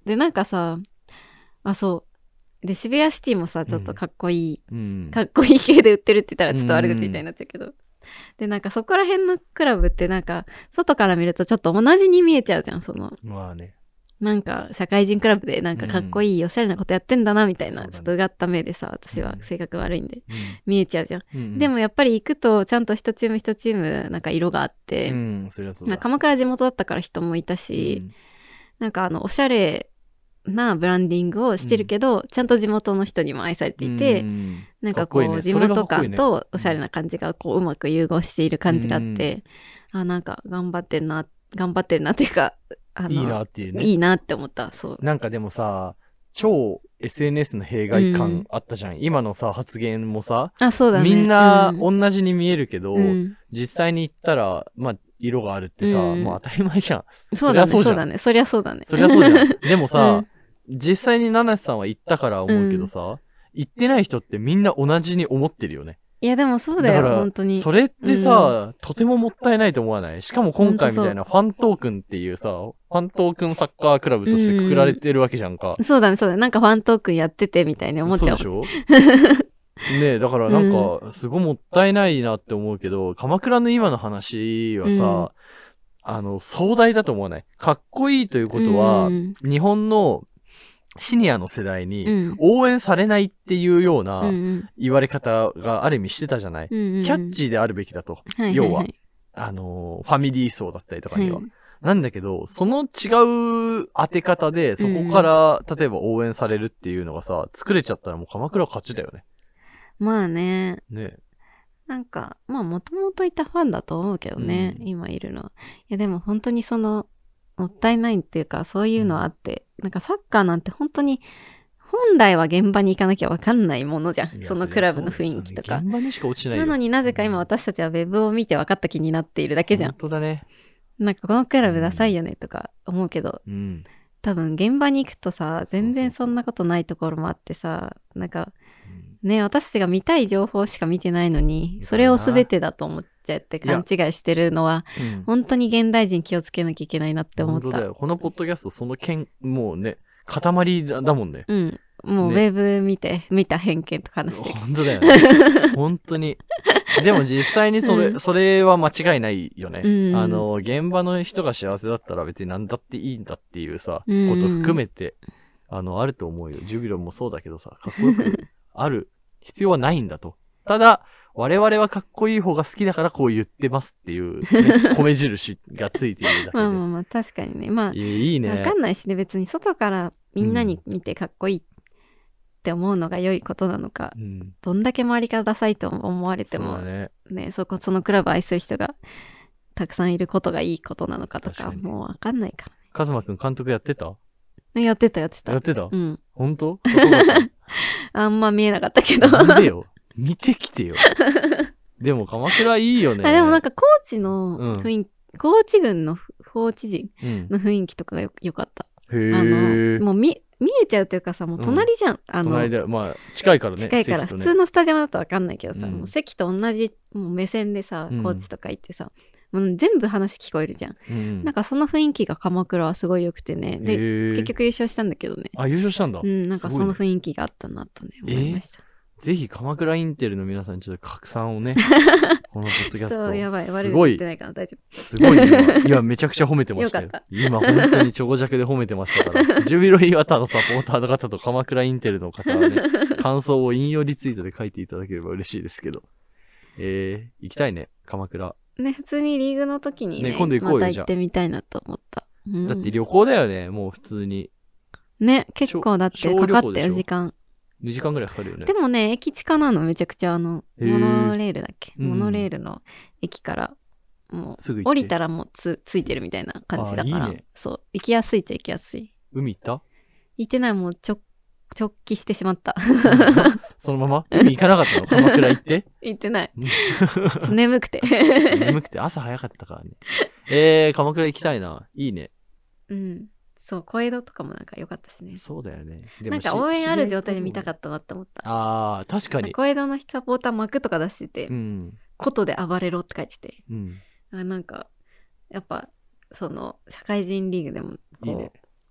でなんかさあそうで渋谷シティもさちょっとかっこいい、うん、かっこいい系で売ってるって言ったらちょっと悪口みたいになっちゃうけど、うん、でなんかそこら辺のクラブってなんか外から見るとちょっと同じに見えちゃうじゃんそのまあねなんか社会人クラブでなんかかっこいいおしゃれなことやってんだなみたいな、うん、ちょっとうがった目でさ私は性格悪いんで、うん、見えちゃうじゃん、うん、でもやっぱり行くとちゃんと一チーム一チームなんか色があって、うん、そりゃそうだ鎌倉地元だったから人もいたし、うん、なんかあのおしゃれなブランディングをしてるけど、うん、ちゃんと地元の人にも愛されていて、うん、なんかこうかっこいいね、地元感とおしゃれな感じがこううまく融合している感じがあって、うん、あなんか頑張ってんな頑張ってるなっていうかあのいいなっていうねいいなって思ったそうなんかでもさ超 エスエヌエス の弊害感あったじゃん、うん、今のさ発言もさあそうだ、ね、 みんな同じに見えるけど、うん、実際に言ったらまあ色があるってさ、うん、もう当たり前じゃんそうだねそうだねそりゃそうだねそりゃそうじゃんでもさ、うん、実際に七瀬さんは言ったから思うけどさ、うん、言ってない人ってみんな同じに思ってるよねいやでもそうだよ本当にそれってさ、うん、とてももったいないと思わない？しかも今回みたいなファントークンっていうさファントークンサッカークラブとしてくくられてるわけじゃんか、 うん、そうだねそうだねなんかファントークンやっててみたいに思っちゃうそうでしょねえだからなんかすごいもったいないなって思うけど、うん、鎌倉の今の話はさ、うん、あの壮大だと思わない？かっこいいということは、うん、日本のシニアの世代に応援されないっていうような言われ方がある意味してたじゃない、うんうん、キャッチーであるべきだと、はいはいはい、要はあのファミリー層だったりとかには、はい、なんだけどその違う当て方でそこから、うん、例えば応援されるっていうのがさ作れちゃったらもう鎌倉勝ちだよね。 まあねねなんかまあもともといたファンだと思うけどね、うん、今いるのはいやでも本当にそのもったいないっていうかそういうのあって、うん、なんかサッカーなんて本当に本来は現場に行かなきゃわかんないものじゃんそのクラブの雰囲気とか、 ね、現場にしか落ちないよ。 なのになぜか今私たちはウェブを見て分かった気になっているだけじゃん。 本当だね。 なんかこのクラブダサいよねとか思うけど、うん、多分現場に行くとさ全然そんなことないところもあってさなんかね私たちが見たい情報しか見てないのにそれを全てだと思っちゃって勘違いしてるのは、うん、本当に現代人気をつけなきゃいけないなって思った。 本当だよ。このポッドキャストその件もうね塊だもんね。 うんもうウェブ見て、ね、見た偏見とか話してる。 本当だよね。本当に。でも実際にそれ、うん、それは間違いないよね、うん。あの、現場の人が幸せだったら別に何だっていいんだっていうさ、うん、こと含めて、あの、あると思うよ。ジュビロもそうだけどさ、かっこよくある必要はないんだと。ただ、我々はかっこいい方が好きだからこう言ってますっていう、ね、米印がついているだけで。 まあまあまあ、確かにね。まあ、 いいね。 わかんないしね、別に外からみんなに見てかっこいいって思うのが良いことなのか、うん、どんだけ周りからダサいと思われても、ね、ね、そこ、そのクラブ愛する人がたくさんいることがいいことなのかとか、かもうわかんないからね。 カズマくん監督やってた？ やってたやってた。 やってた？ うん。 本当？ あんま見えなかったけど。 なんでよ。見てきてよ。でも鎌倉いいよね。 あでもなんかコーチの雰囲気、うん、コーチ軍のコーチ陣の雰囲気とかが よ, よかった。 へー。 あのもう見見えちゃうというかさもう隣じゃん。うん、あの隣でまあ近いからね。 近いから、ね、普通のスタジアムだとわかんないけどさ、うん、もう席と同じもう目線でさ、 うん、 コーチとか行ってさ。もう全部話聞こえるじゃん、うん、なんかその雰囲気が鎌倉はすごい良くてねで結局優勝したんだけどね。 あ優勝したんだ。 うんなんかその雰囲気があったなとね思いました。 ぜひ鎌倉インテルの皆さんにちょっと拡散をねこのポッドキャストやばい悪い言ってないから大丈夫。 すごい今今めちゃくちゃ褒めてましたよ。よかった今本当に長尺で褒めてましたからジュビロ磐田のサポーターの方と鎌倉インテルの方はね感想を引用リツイートで書いていただければ嬉しいですけどえー、行きたいね鎌倉ね、普通にリーグの時にね、 ね今度行こうよ、 また行ってみたいなと思った、 うん。だって旅行だよね、もう普通に。 ね、結構だってかかったよ、時間。 にじかんぐらいかかるよね。 でもね、駅近なのめちゃくちゃあの、モノレールだっけ、モノレールの駅から、もう、降りたらもうつ、ついてるみたいな感じだから。いいね、そう、行きやすいっちゃ行きやすい。 海行った？ 行ってない、もう直、直帰してしまった。 そのまま海行かなかったの？鎌倉行って？ 行ってない。眠くて。 眠くて朝早かったからね。えー、鎌倉行きたいな。いいね。 うん。そう、小江戸とかもなんか良かったしね。 そうだよね。 でもなんか応援ある状態で見たかったなって思った。 ああ、確かに。 小江戸のサポーター幕とか出してて、うん、ことで暴れろって書いてて、 うん、 あなんか、やっぱ、その、社会人リーグでもこう、いいね、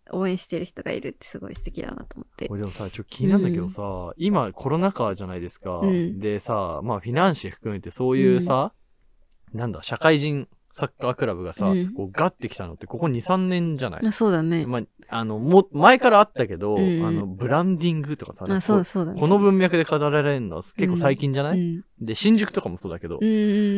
応援してる人がいるってすごい素敵だなと思って。 これでもさ、ちょっと気になるんだけどさ、うん、今コロナ禍じゃないですか。うん、でさ、まあフィナンシェ含めてそういうさ、うん、なんだ、社会人サッカークラブがさ、うん、こうガッてきたのってここに、さんねんじゃない？ あ、そうだね。 まあ、あの、も、前からあったけど、うん、あの、ブランディングとかさ、 あ、そうそうだね。 この文脈で語られるのは結構最近じゃない？うん、で、新宿とかもそうだけど。 うん、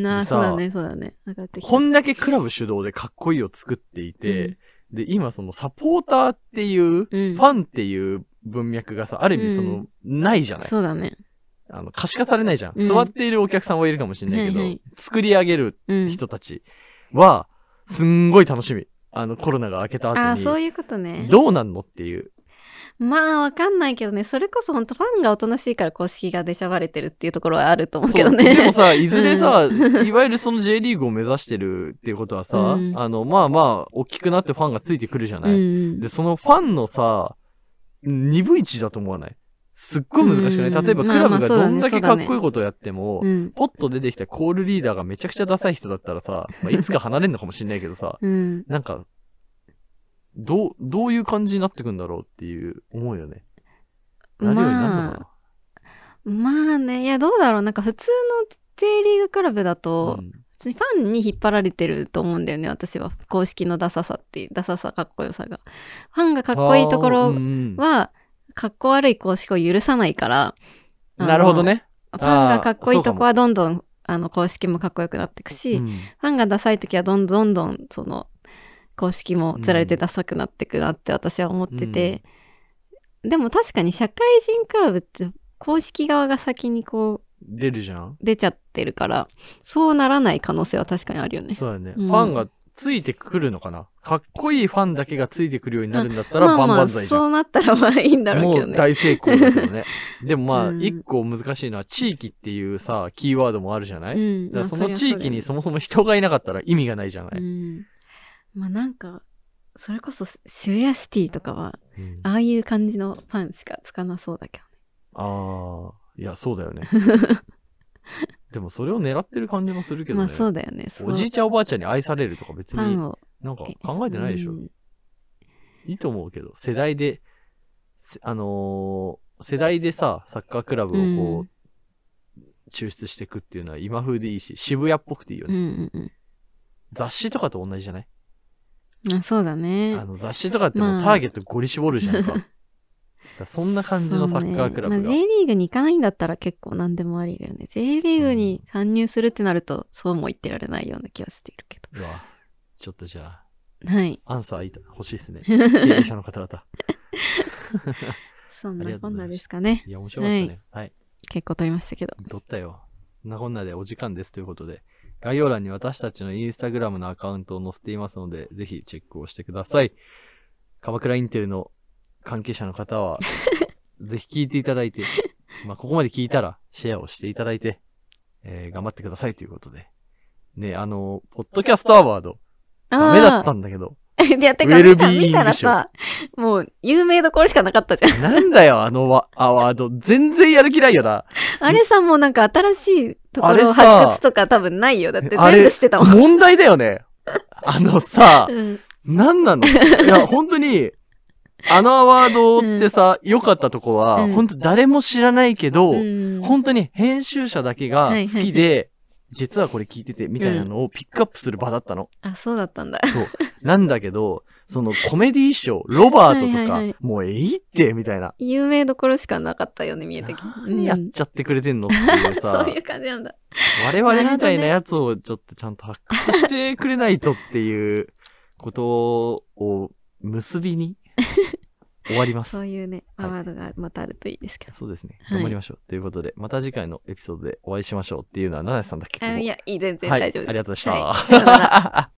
あ、そうだね、そうだね。上がってきた。 こんだけクラブ主導でかっこいいを作っていて、うん、で、今そのサポーターっていう、うん、ファンっていう文脈がさ、ある意味その、うん、ないじゃない？ そうだね。 あの、可視化されないじゃん。うん、座っているお客さんはいるかもしれないけど、はいはい、作り上げる人たちは、すんごい楽しみ。あの、コロナが明けた後に。 あ、そういうことね。 どうなんのっていう。 まあ、わかんないけどね、それこそ本当ファンがおとなしいから公式が出しゃばれてるっていうところはあると思うけどね。 でもさ、いずれさ、うん、いわゆるその J リーグを目指してるっていうことはさ、うん、あの、まあまあ、大きくなってファンがついてくるじゃない、うん、で、そのファンのさ、二分一だと思わない？すっごい難しくない？例えばクラブがどんだけかっこいいことをやっても、まあまあね、ポッと出てきたコールリーダーがめちゃくちゃダサい人だったらさ、まあ、いつか離れるのかもしれないけどさ、うん、なんか、どう、どういう感じになってくんだろうっていう思うよね。なるようになるのかな、まあ、まあね、いやどうだろう、なんか普通の J リーグクラブだと、うん、普通にファンに引っ張られてると思うんだよね、私は。公式のダサさっていう、ダサさ、かっこよさが。ファンがかっこいいところは、うん、かっこ悪い公式を許さないから。 なるほどね。 ファンがかっこいいとこはどんどん、あの、公式もかっこよくなっていくし、うん、ファンがダサいときはどんどんどん、その、公式もつられてダサくなっていくなって私は思ってて、うん、でも確かに社会人クラブって公式側が先にこう、 出るじゃん？ 出ちゃってるから、そうならない可能性は確かにあるよね。 そうだね。うん、ファンがついてくるのかな？かっこいいファンだけがついてくるようになるんだったら万々歳じゃん。 まあまあ、そうなったらまあいいんだろうけどね。 もう大成功だけどね。でもまあ、一、うん、個難しいのは地域っていうさ、キーワードもあるじゃない？うん、だからその地域にそもそも人がいなかったら意味がないじゃない？うん、 まあなんか、それこそ渋谷シティとかは、うん、ああいう感じのファンしかつかなそうだけどね。 ああ、いや、そうだよね。でもそれを狙ってる感じもするけどね。 まあそうだよね。 おじいちゃんおばあちゃんに愛されるとか別に、なんか考えてないでしょ。うん、いいと思うけど、世代で、あのー、世代でさ、サッカークラブをこう、うん、抽出していくっていうのは今風でいいし、渋谷っぽくていいよね。うんうんうん、雑誌とかと同じじゃない？ あ、そうだね。 あの雑誌とかってもうターゲットゴリ絞るじゃんか。まあ、そんな感じのサッカークラブが。 ね、まあ、J リーグに行かないんだったら結構何でもありだよね。J リーグに参入するってなると、そうも言ってられないような気はしているけど。 うわ、ちょっとじゃあ。 はい。 アンサー欲しいですね。経営者の方々。 そんなこんなですかね。 いや、面白かったね。はい。はい、 結構撮りましたけど。 撮ったよ。そんなこんなでお時間ですということで。概要欄に私たちのインスタグラムのアカウントを載せていますので、ぜひチェックをしてください。鎌倉インテルの関係者の方は、ぜひ聞いていただいて、まあ、ここまで聞いたらシェアをしていただいて、えー、頑張ってくださいということで。ね、あの、ポッドキャストアワード、ダメだったんだけど。 いや、てか、見た、見たらさ、もう、有名どころしかなかったじゃん。 なんだよ、あのアワード。全然やる気ないよな。 あれさ、もうなんか新しいところ発掘とか多分ないよ。だって全部してたもん。 問題だよね。あのさ、うん、なんなの？いや、本当に、あのアワードってさ、良、うん、かったとこは、うん、本当誰も知らないけど、うん、本当に編集者だけが好きで、はいはい、実はこれ聞いてて、みたいなのをピックアップする場だったの。 うん、あ、そうだったんだ。 そう。なんだけど、そのコメディ賞、ロバートとか、はいはいはい、もうえいって、みたいな。 有名どころしかなかったよね、見えたけど。 何やっちゃってくれてんのっていうさ。 そういう感じなんだ。 我々みたいなやつをちょっとちゃんと発掘してくれないとっていうことを結びに終わります。 そういうね、アワードがまたあるといいですけど。 はい、そうですね。頑張りましょう。はい、ということで、また次回のエピソードでお会いしましょうっていうのは、七瀬さんだっけ？ あ、いや、いい、全然大丈夫です。 はい、ありがとうございました。はい